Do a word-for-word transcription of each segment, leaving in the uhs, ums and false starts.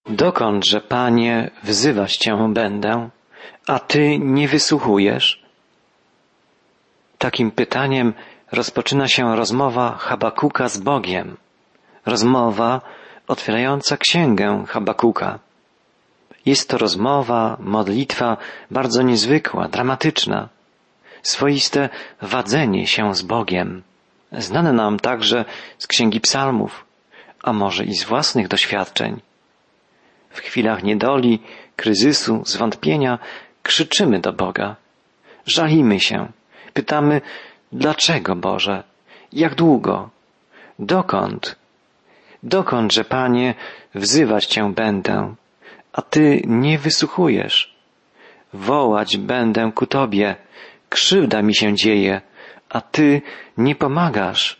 Dokądże, Panie, wzywać Cię będę, a Ty nie wysłuchujesz? Takim pytaniem rozpoczyna się rozmowa Habakuka z Bogiem. Rozmowa otwierająca księgę Habakuka. Jest to rozmowa, modlitwa bardzo niezwykła, dramatyczna. Swoiste wadzenie się z Bogiem. Znane nam także z Księgi Psalmów, a może i z własnych doświadczeń. W chwilach niedoli, kryzysu, zwątpienia krzyczymy do Boga. Żalimy się. Pytamy, dlaczego, Boże? Jak długo? Dokąd? Dokądże, Panie, wzywać Cię będę, a Ty nie wysłuchujesz? Wołać będę ku Tobie, krzywda mi się dzieje, a Ty nie pomagasz.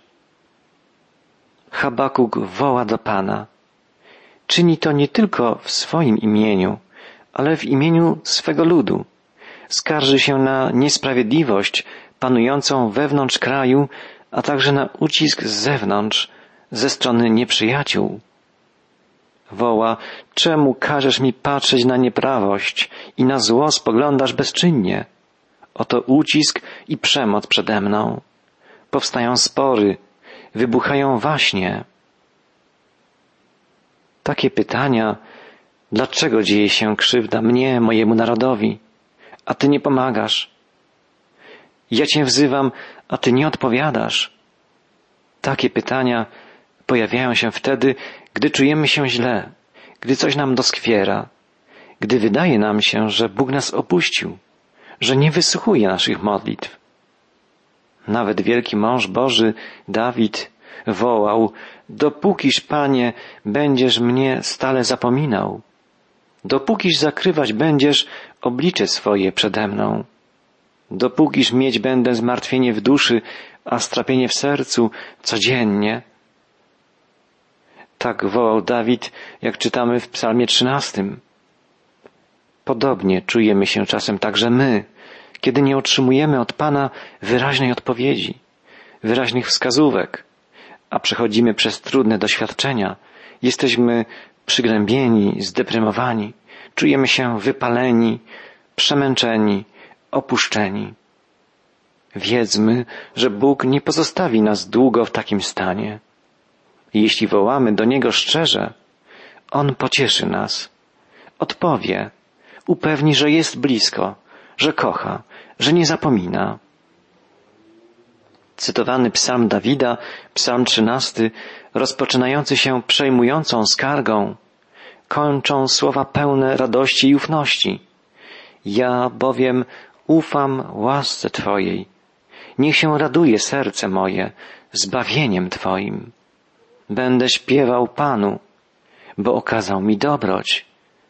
Habakuk woła do Pana. Czyni to nie tylko w swoim imieniu, ale w imieniu swego ludu. Skarży się na niesprawiedliwość panującą wewnątrz kraju, a także na ucisk z zewnątrz, ze strony nieprzyjaciół. Woła, czemu każesz mi patrzeć na nieprawość i na zło spoglądasz bezczynnie? Oto ucisk i przemoc przede mną. Powstają spory, wybuchają waśnie. Takie pytania, dlaczego dzieje się krzywda mnie, mojemu narodowi, a Ty nie pomagasz? Ja Cię wzywam, a Ty nie odpowiadasz. Takie pytania pojawiają się wtedy, gdy czujemy się źle, gdy coś nam doskwiera, gdy wydaje nam się, że Bóg nas opuścił, że nie wysłuchuje naszych modlitw. Nawet wielki mąż Boży, Dawid, wołał, dopókiż, Panie, będziesz mnie stale zapominał, dopókiż zakrywać będziesz oblicze swoje przede mną, dopókiż mieć będę zmartwienie w duszy, a strapienie w sercu codziennie. Tak wołał Dawid, jak czytamy w Psalmie trzynastym. Podobnie czujemy się czasem także my, kiedy nie otrzymujemy od Pana wyraźnej odpowiedzi, wyraźnych wskazówek, a przechodzimy przez trudne doświadczenia, jesteśmy przygnębieni, zdeprymowani, czujemy się wypaleni, przemęczeni, opuszczeni. Wiedzmy, że Bóg nie pozostawi nas długo w takim stanie. Jeśli wołamy do Niego szczerze, On pocieszy nas, odpowie, upewni, że jest blisko, że kocha, że nie zapomina. Cytowany psalm Dawida, psalm trzynasty, rozpoczynający się przejmującą skargą, kończą słowa pełne radości i ufności. Ja bowiem ufam łasce Twojej. Niech się raduje serce moje zbawieniem Twoim. Będę śpiewał Panu, bo okazał mi dobroć.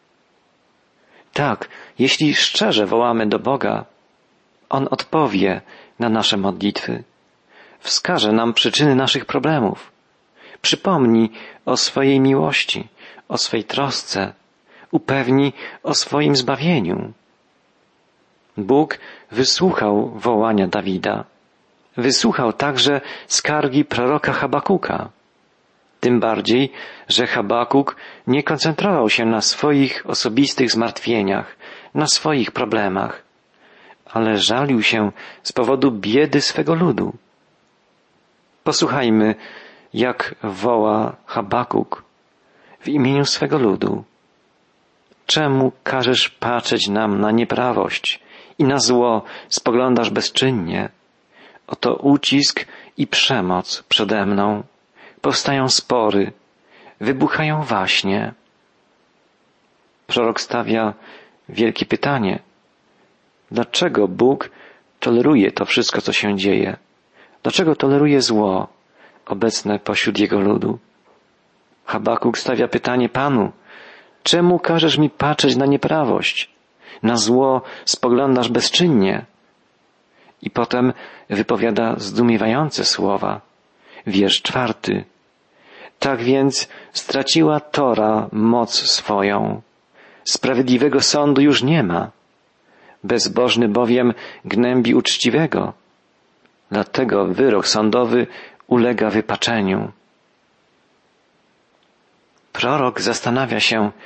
Tak, jeśli szczerze wołamy do Boga, On odpowie na nasze modlitwy. Wskaże nam przyczyny naszych problemów. Przypomni o swojej miłości, o swej trosce, upewni o swoim zbawieniu. Bóg wysłuchał wołania Dawida. Wysłuchał także skargi proroka Habakuka. Tym bardziej, że Habakuk nie koncentrował się na swoich osobistych zmartwieniach, na swoich problemach, ale żalił się z powodu biedy swego ludu. Posłuchajmy, jak woła Habakuk w imieniu swego ludu. Czemu każesz patrzeć nam na nieprawość i na zło spoglądasz bezczynnie? Oto ucisk i przemoc przede mną. Powstają spory, wybuchają waśnie. Prorok stawia wielkie pytanie. Dlaczego Bóg toleruje to wszystko, co się dzieje? Dlaczego toleruje zło obecne pośród Jego ludu? Habakuk stawia pytanie Panu. Czemu każesz mi patrzeć na nieprawość? Na zło spoglądasz bezczynnie? I potem wypowiada zdumiewające słowa. Wiersz czwarty. Tak więc straciła Tora moc swoją. Sprawiedliwego sądu już nie ma. Bezbożny bowiem gnębi uczciwego. Dlatego wyrok sądowy ulega wypaczeniu. Prorok zastanawia się,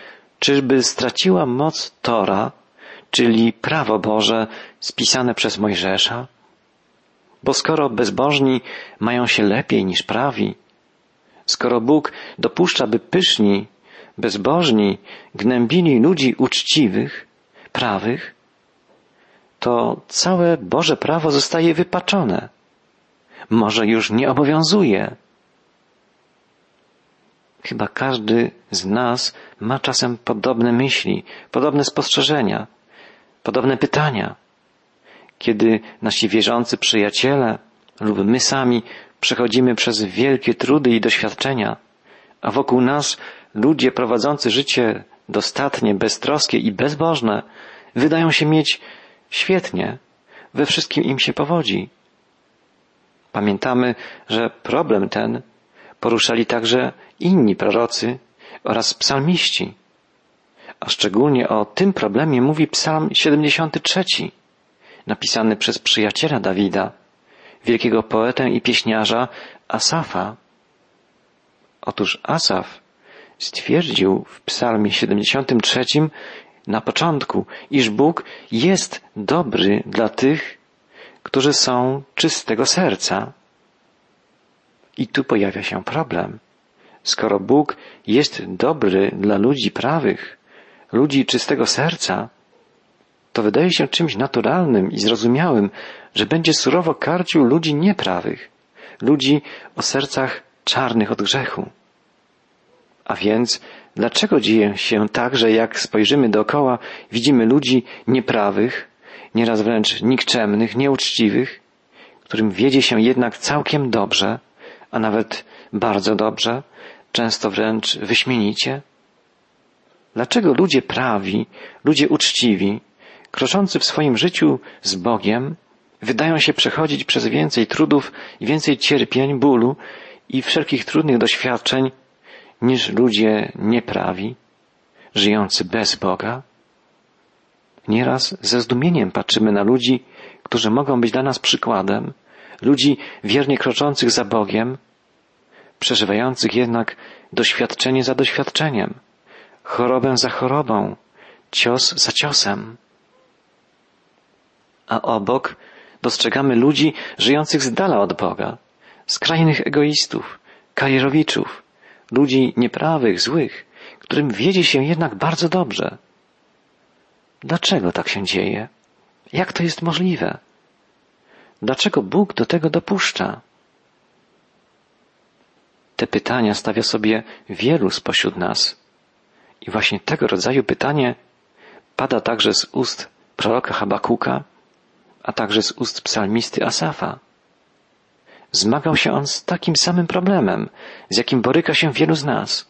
Czyżby straciła moc Tora, czyli prawo Boże spisane przez Mojżesza? Bo skoro bezbożni mają się lepiej niż prawi, skoro Bóg dopuszcza, by pyszni, bezbożni gnębili ludzi uczciwych, prawych, to całe Boże prawo zostaje wypaczone. Może już nie obowiązuje. Chyba każdy z nas ma czasem podobne myśli, podobne spostrzeżenia, podobne pytania. Kiedy nasi wierzący przyjaciele lub my sami przechodzimy przez wielkie trudy i doświadczenia, a wokół nas ludzie prowadzący życie dostatnie, beztroskie i bezbożne wydają się mieć świetnie, we wszystkim im się powodzi. Pamiętamy, że problem ten poruszali także inni prorocy oraz psalmiści. A szczególnie o tym problemie mówi psalm siedemdziesiąty trzeci, napisany przez przyjaciela Dawida, wielkiego poetę i pieśniarza Asafa. Otóż Asaf stwierdził w psalmie siedemdziesiątym trzecim na początku, iż Bóg jest dobry dla tych, którzy są czystego serca. I tu pojawia się problem. Skoro Bóg jest dobry dla ludzi prawych, ludzi czystego serca, to wydaje się czymś naturalnym i zrozumiałym, że będzie surowo karcił ludzi nieprawych, ludzi o sercach czarnych od grzechu. A więc dlaczego dzieje się tak, że jak spojrzymy dookoła, widzimy ludzi nieprawych, nieraz wręcz nikczemnych, nieuczciwych, którym wiedzie się jednak całkiem dobrze, a nawet bardzo dobrze, często wręcz wyśmienicie? Dlaczego ludzie prawi, ludzie uczciwi, kroczący w swoim życiu z Bogiem, wydają się przechodzić przez więcej trudów i więcej cierpień, bólu i wszelkich trudnych doświadczeń niż ludzie nieprawi, żyjący bez Boga? Nieraz ze zdumieniem patrzymy na ludzi, którzy mogą być dla nas przykładem, ludzi wiernie kroczących za Bogiem, przeżywających jednak doświadczenie za doświadczeniem, chorobę za chorobą, cios za ciosem. A obok dostrzegamy ludzi żyjących z dala od Boga, skrajnych egoistów, karierowiczów, ludzi nieprawych, złych, którym wiedzie się jednak bardzo dobrze. Dlaczego tak się dzieje? Jak to jest możliwe? Dlaczego Bóg do tego dopuszcza? Te pytania stawia sobie wielu spośród nas. I właśnie tego rodzaju pytanie pada także z ust proroka Habakuka, a także z ust psalmisty Asafa. Zmagał się on z takim samym problemem, z jakim boryka się wielu z nas.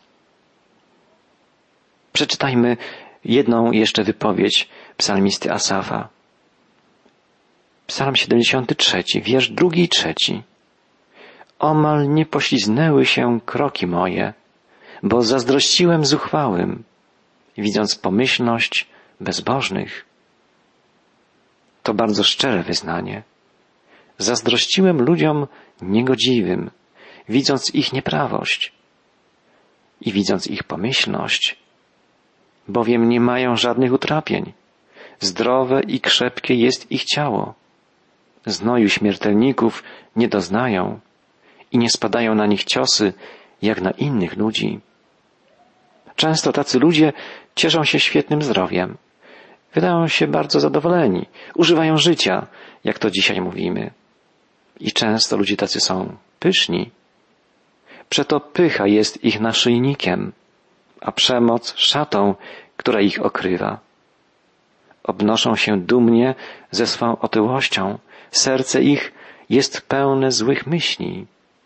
Przeczytajmy jedną jeszcze wypowiedź psalmisty Asafa. Psalm siedemdziesiąty trzeci, wiersz drugi i trzeci. Omal nie pośliznęły się kroki moje, bo zazdrościłem zuchwałym, widząc pomyślność bezbożnych. To bardzo szczere wyznanie. Zazdrościłem ludziom niegodziwym, widząc ich nieprawość i widząc ich pomyślność, bowiem nie mają żadnych utrapień. Zdrowe i krzepkie jest ich ciało. Znoju śmiertelników nie doznają i nie spadają na nich ciosy, jak na innych ludzi. Często tacy ludzie cieszą się świetnym zdrowiem. Wydają się bardzo zadowoleni, używają życia, jak to dzisiaj mówimy. I często ludzie tacy są pyszni. Przeto pycha jest ich naszyjnikiem, a przemoc szatą, która ich okrywa. Obnoszą się dumnie ze swą otyłością. Serce ich jest pełne złych myśli.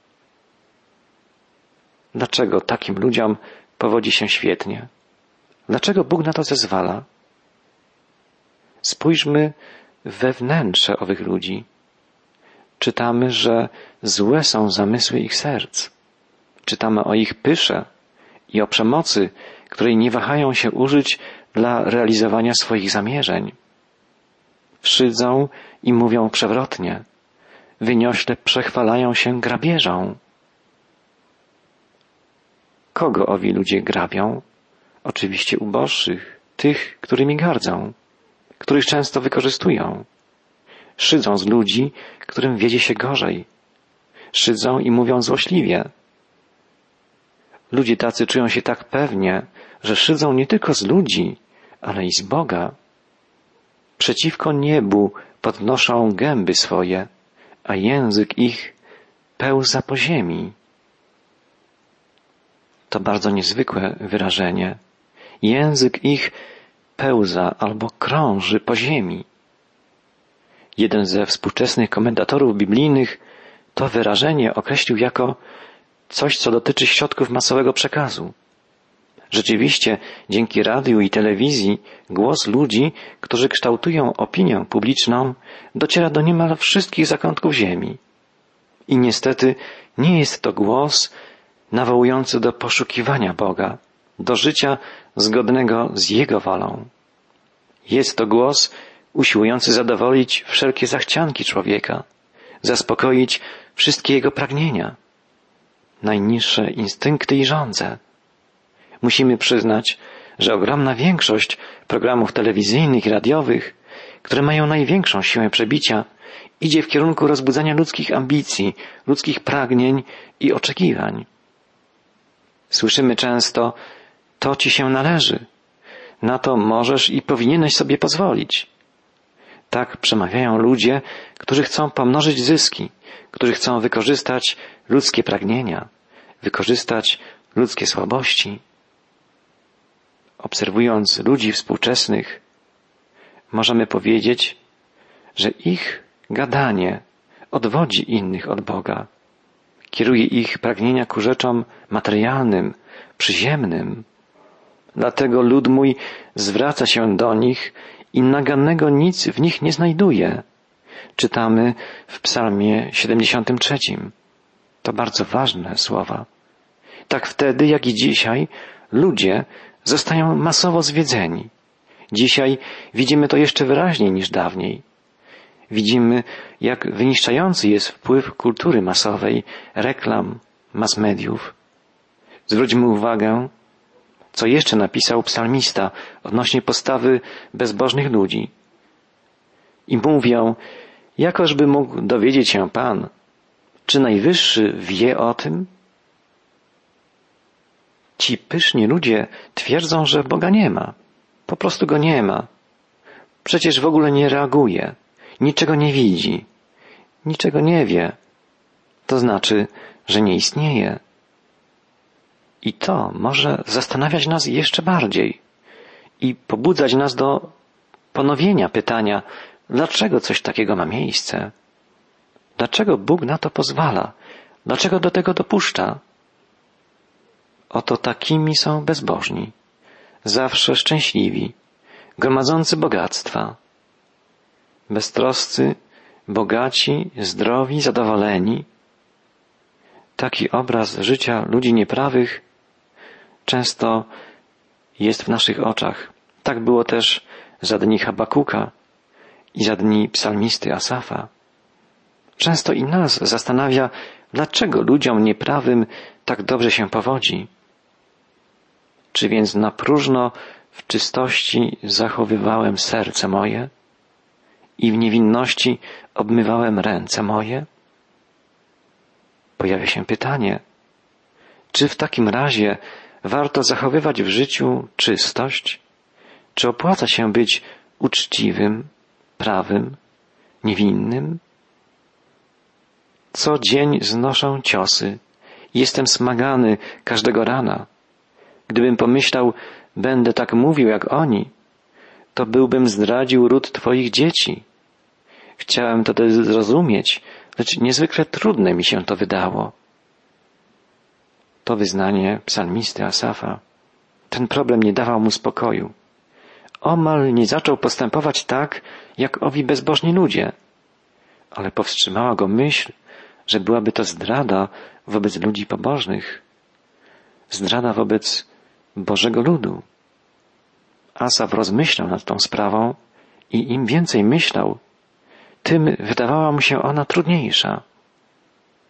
Dlaczego takim ludziom powodzi się świetnie? Dlaczego Bóg na to zezwala? Spójrzmy we wnętrze owych ludzi. Czytamy, że złe są zamysły ich serc. Czytamy o ich pysze i o przemocy, której nie wahają się użyć dla realizowania swoich zamierzeń. Szydzą i mówią przewrotnie. Wyniośle przechwalają się grabieżą. Kogo owi ludzie grabią? Oczywiście uboższych, tych, którymi gardzą, których często wykorzystują. Szydzą z ludzi, którym wiedzie się gorzej. Szydzą i mówią złośliwie. Ludzie tacy czują się tak pewnie, że szydzą nie tylko z ludzi, ale i z Boga. Przeciwko niebu podnoszą gęby swoje, a język ich pełza po ziemi. To bardzo niezwykłe wyrażenie. Język ich pełza albo krąży po ziemi. Jeden ze współczesnych komentatorów biblijnych to wyrażenie określił jako coś, co dotyczy środków masowego przekazu. Rzeczywiście, dzięki radiu i telewizji głos ludzi, którzy kształtują opinię publiczną, dociera do niemal wszystkich zakątków ziemi. I niestety nie jest to głos nawołujący do poszukiwania Boga, do życia zgodnego z Jego wolą. Jest to głos usiłujący zadowolić wszelkie zachcianki człowieka, zaspokoić wszystkie jego pragnienia, najniższe instynkty i żądze. Musimy przyznać, że ogromna większość programów telewizyjnych i radiowych, które mają największą siłę przebicia, idzie w kierunku rozbudzania ludzkich ambicji, ludzkich pragnień i oczekiwań. Słyszymy często, to ci się należy, na to możesz i powinieneś sobie pozwolić. Tak przemawiają ludzie, którzy chcą pomnożyć zyski, którzy chcą wykorzystać ludzkie pragnienia, wykorzystać ludzkie słabości. Obserwując ludzi współczesnych, możemy powiedzieć, że ich gadanie odwodzi innych od Boga, kieruje ich pragnienia ku rzeczom materialnym, przyziemnym. Dlatego lud mój zwraca się do nich i nagannego nic w nich nie znajduje. Czytamy w Psalmie siedemdziesiątym trzecim. To bardzo ważne słowa. Tak wtedy, jak i dzisiaj, ludzie zostają masowo zwiedzeni. Dzisiaj widzimy to jeszcze wyraźniej niż dawniej. Widzimy, jak wyniszczający jest wpływ kultury masowej, reklam, mass mediów. Zwróćmy uwagę, co jeszcze napisał psalmista odnośnie postawy bezbożnych ludzi. I mówią, jakożby mógł dowiedzieć się Pan, czy Najwyższy wie o tym? Ci pyszni ludzie twierdzą, że Boga nie ma. Po prostu Go nie ma. Przecież w ogóle nie reaguje. Niczego nie widzi. Niczego nie wie. To znaczy, że nie istnieje. I to może zastanawiać nas jeszcze bardziej i pobudzać nas do ponowienia pytania, dlaczego coś takiego ma miejsce? Dlaczego Bóg na to pozwala? Dlaczego do tego dopuszcza? Oto takimi są bezbożni, zawsze szczęśliwi, gromadzący bogactwa, beztroscy, bogaci, zdrowi, zadowoleni. Taki obraz życia ludzi nieprawych często jest w naszych oczach. Tak było też za dni Habakuka i za dni psalmisty Asafa. Często i nas zastanawia, dlaczego ludziom nieprawym tak dobrze się powodzi. Czy więc na próżno w czystości zachowywałem serce moje i w niewinności obmywałem ręce moje? Pojawia się pytanie, czy w takim razie warto zachowywać w życiu czystość? Czy opłaca się być uczciwym, prawym, niewinnym? Co dzień znoszę ciosy. Jestem smagany każdego rana. Gdybym pomyślał, będę tak mówił jak oni, to byłbym zdradził ród Twoich dzieci. Chciałem to też zrozumieć, lecz niezwykle trudne mi się to wydało. To wyznanie psalmisty Asafa. Ten problem nie dawał mu spokoju. Omal nie zaczął postępować tak, jak owi bezbożni ludzie, ale powstrzymała go myśl, że byłaby to zdrada wobec ludzi pobożnych, zdrada wobec Bożego ludu. Asaf rozmyślał nad tą sprawą i im więcej myślał, tym wydawała mu się ona trudniejsza.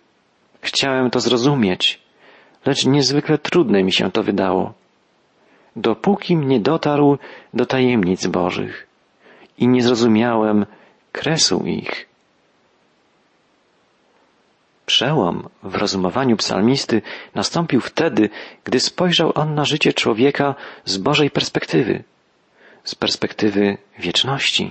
Chciałem to zrozumieć, lecz niezwykle trudne mi się to wydało. dopókim nie dotarł do tajemnic Bożych i nie zrozumiałem kresu ich. Przełom w rozumowaniu psalmisty nastąpił wtedy, gdy spojrzał on na życie człowieka z Bożej perspektywy, z perspektywy wieczności.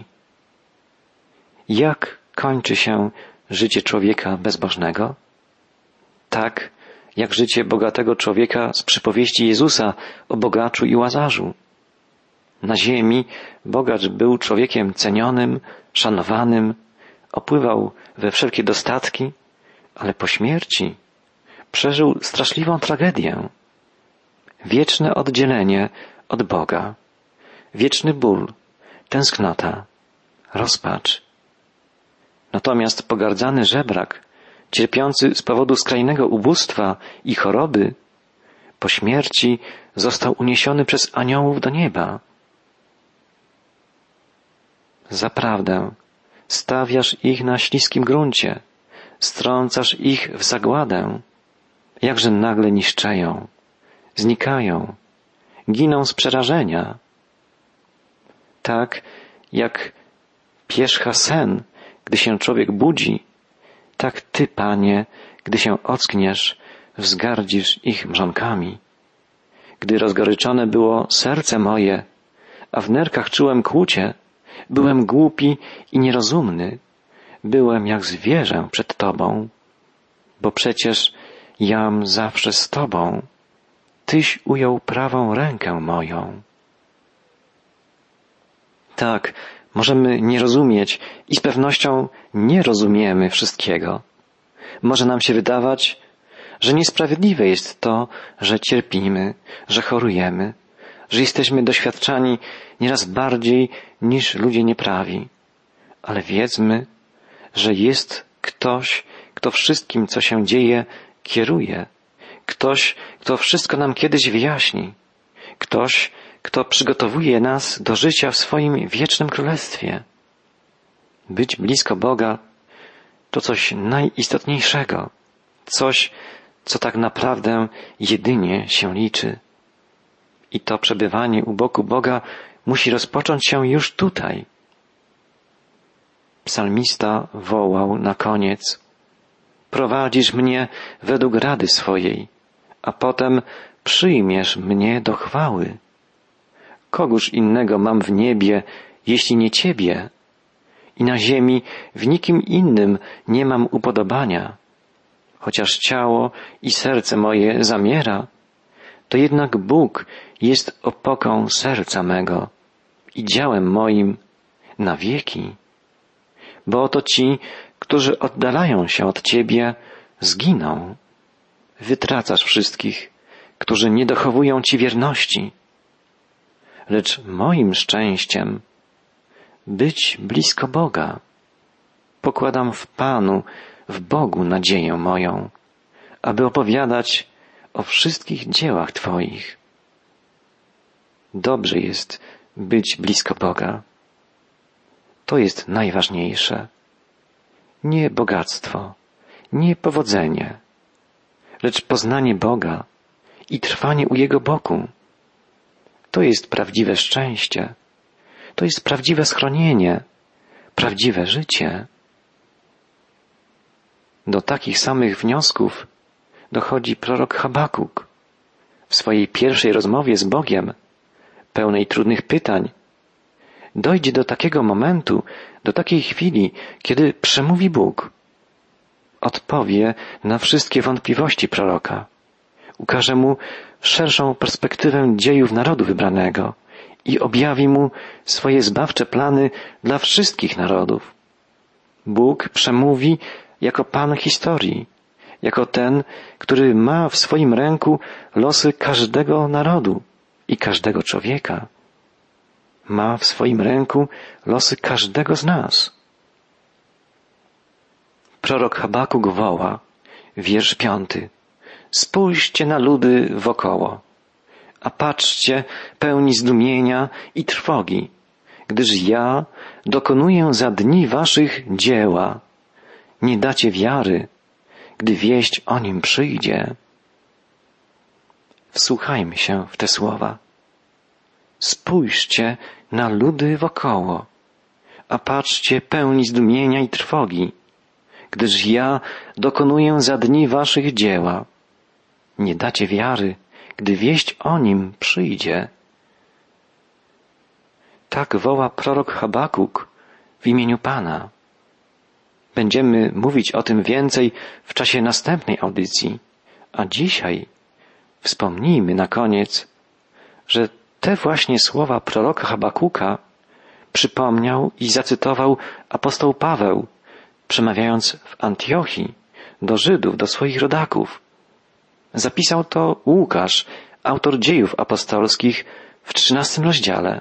Jak kończy się życie człowieka bezbożnego? Tak, jak życie bogatego człowieka z przypowieści Jezusa o bogaczu i łazarzu. Na ziemi bogacz był człowiekiem cenionym, szanowanym, opływał we wszelkie dostatki, ale po śmierci przeżył straszliwą tragedię. Wieczne oddzielenie od Boga, wieczny ból, tęsknota, rozpacz. Natomiast pogardzany żebrak, cierpiący z powodu skrajnego ubóstwa i choroby, po śmierci został uniesiony przez aniołów do nieba. Zaprawdę stawiasz ich na śliskim gruncie, strącasz ich w zagładę, jakże nagle niszczeją, znikają, giną z przerażenia. Tak jak pierzcha sen, gdy się człowiek budzi, tak Ty, Panie, gdy się ockniesz, wzgardzisz ich mrzonkami. Gdy rozgoryczone było serce moje, a w nerkach czułem kłucie, byłem głupi i nierozumny, byłem jak zwierzę przed Tobą, bo przecież jam zawsze z Tobą, Tyś ujął prawą rękę moją. Tak, możemy nie rozumieć i z pewnością nie rozumiemy wszystkiego. Może nam się wydawać, że niesprawiedliwe jest to, że cierpimy, że chorujemy, że jesteśmy doświadczani nieraz bardziej niż ludzie nieprawi. Ale wiedzmy, że jest ktoś, kto wszystkim, co się dzieje, kieruje. Ktoś, kto wszystko nam kiedyś wyjaśni. Ktoś, kto przygotowuje nas do życia w swoim wiecznym królestwie. Być blisko Boga to coś najistotniejszego. Coś, co tak naprawdę jedynie się liczy. I to przebywanie u boku Boga musi rozpocząć się już tutaj. Psalmista wołał na koniec: prowadzisz mnie według rady swojej, a potem przyjmiesz mnie do chwały. Kogóż innego mam w niebie, jeśli nie Ciebie? I na ziemi w nikim innym nie mam upodobania. Chociaż ciało i serce moje zamiera, to jednak Bóg jest opoką serca mego i działem moim na wieki. Bo oto ci, którzy oddalają się od Ciebie, zginą. Wytracasz wszystkich, którzy nie dochowują Ci wierności. Lecz moim szczęściem być blisko Boga. Pokładam w Panu, w Bogu nadzieję moją, aby opowiadać o wszystkich dziełach Twoich. Dobrze jest być blisko Boga. To jest najważniejsze. Nie bogactwo, nie powodzenie, lecz poznanie Boga i trwanie u Jego boku. To jest prawdziwe szczęście. To jest prawdziwe schronienie, prawdziwe życie. Do takich samych wniosków dochodzi prorok Habakuk w swojej pierwszej rozmowie z Bogiem, pełnej trudnych pytań. Dojdzie do takiego momentu, do takiej chwili, kiedy przemówi Bóg. Odpowie na wszystkie wątpliwości proroka. Ukaże mu szerszą perspektywę dziejów narodu wybranego i objawi mu swoje zbawcze plany dla wszystkich narodów. Bóg przemówi jako Pan historii, jako ten, który ma w swoim ręku losy każdego narodu i każdego człowieka. Ma w swoim ręku losy każdego z nas. Prorok Habakuk woła, wiersz piąty. Spójrzcie na ludy wokoło, a patrzcie pełni zdumienia i trwogi, gdyż ja dokonuję za dni waszych dzieła. Nie dacie wiary, gdy wieść o nim przyjdzie. Wsłuchajmy się w te słowa. spójrzcie na ludy wokoło, a patrzcie pełni zdumienia i trwogi, gdyż ja dokonuję za dni waszych dzieła. Nie dacie wiary, gdy wieść o nim przyjdzie. Tak woła prorok Habakuk w imieniu Pana. Będziemy mówić o tym więcej w czasie następnej audycji, a dzisiaj wspomnijmy na koniec, że te właśnie słowa proroka Habakuka przypomniał i zacytował apostoł Paweł, przemawiając w Antiochii do Żydów, do swoich rodaków. Zapisał to Łukasz, autor Dziejów Apostolskich, w trzynastym rozdziale.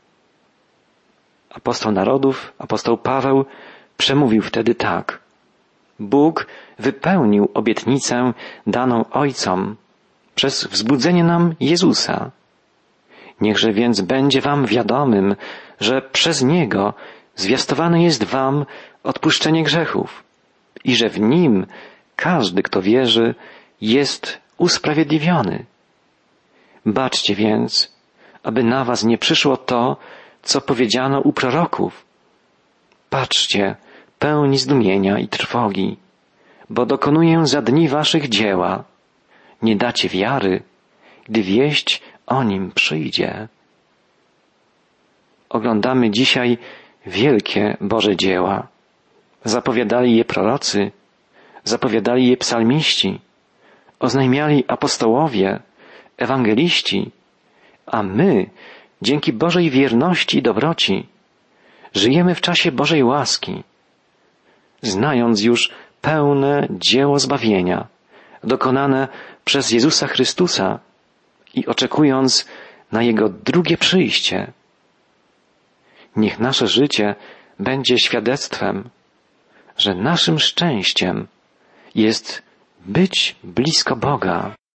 Apostoł narodów, apostoł Paweł przemówił wtedy tak. Bóg wypełnił obietnicę daną ojcom przez wzbudzenie nam Jezusa. Niechże więc będzie wam wiadomym, że przez Niego zwiastowane jest wam odpuszczenie grzechów i że w Nim każdy, kto wierzy, jest usprawiedliwiony. Baczcie więc, aby na was nie przyszło to, co powiedziano u proroków. Patrzcie, pełni zdumienia i trwogi, bo dokonuję za dni waszych dzieła. Nie dacie wiary, gdy wieść o nim przyjdzie. Oglądamy dzisiaj wielkie Boże dzieła. Zapowiadali je prorocy, zapowiadali je psalmiści, oznajmiali apostołowie, ewangeliści, a my, dzięki Bożej wierności i dobroci, żyjemy w czasie Bożej łaski, znając już pełne dzieło zbawienia, dokonane przez Jezusa Chrystusa i oczekując na Jego drugie przyjście. Niech nasze życie będzie świadectwem, że naszym szczęściem jest być blisko Boga.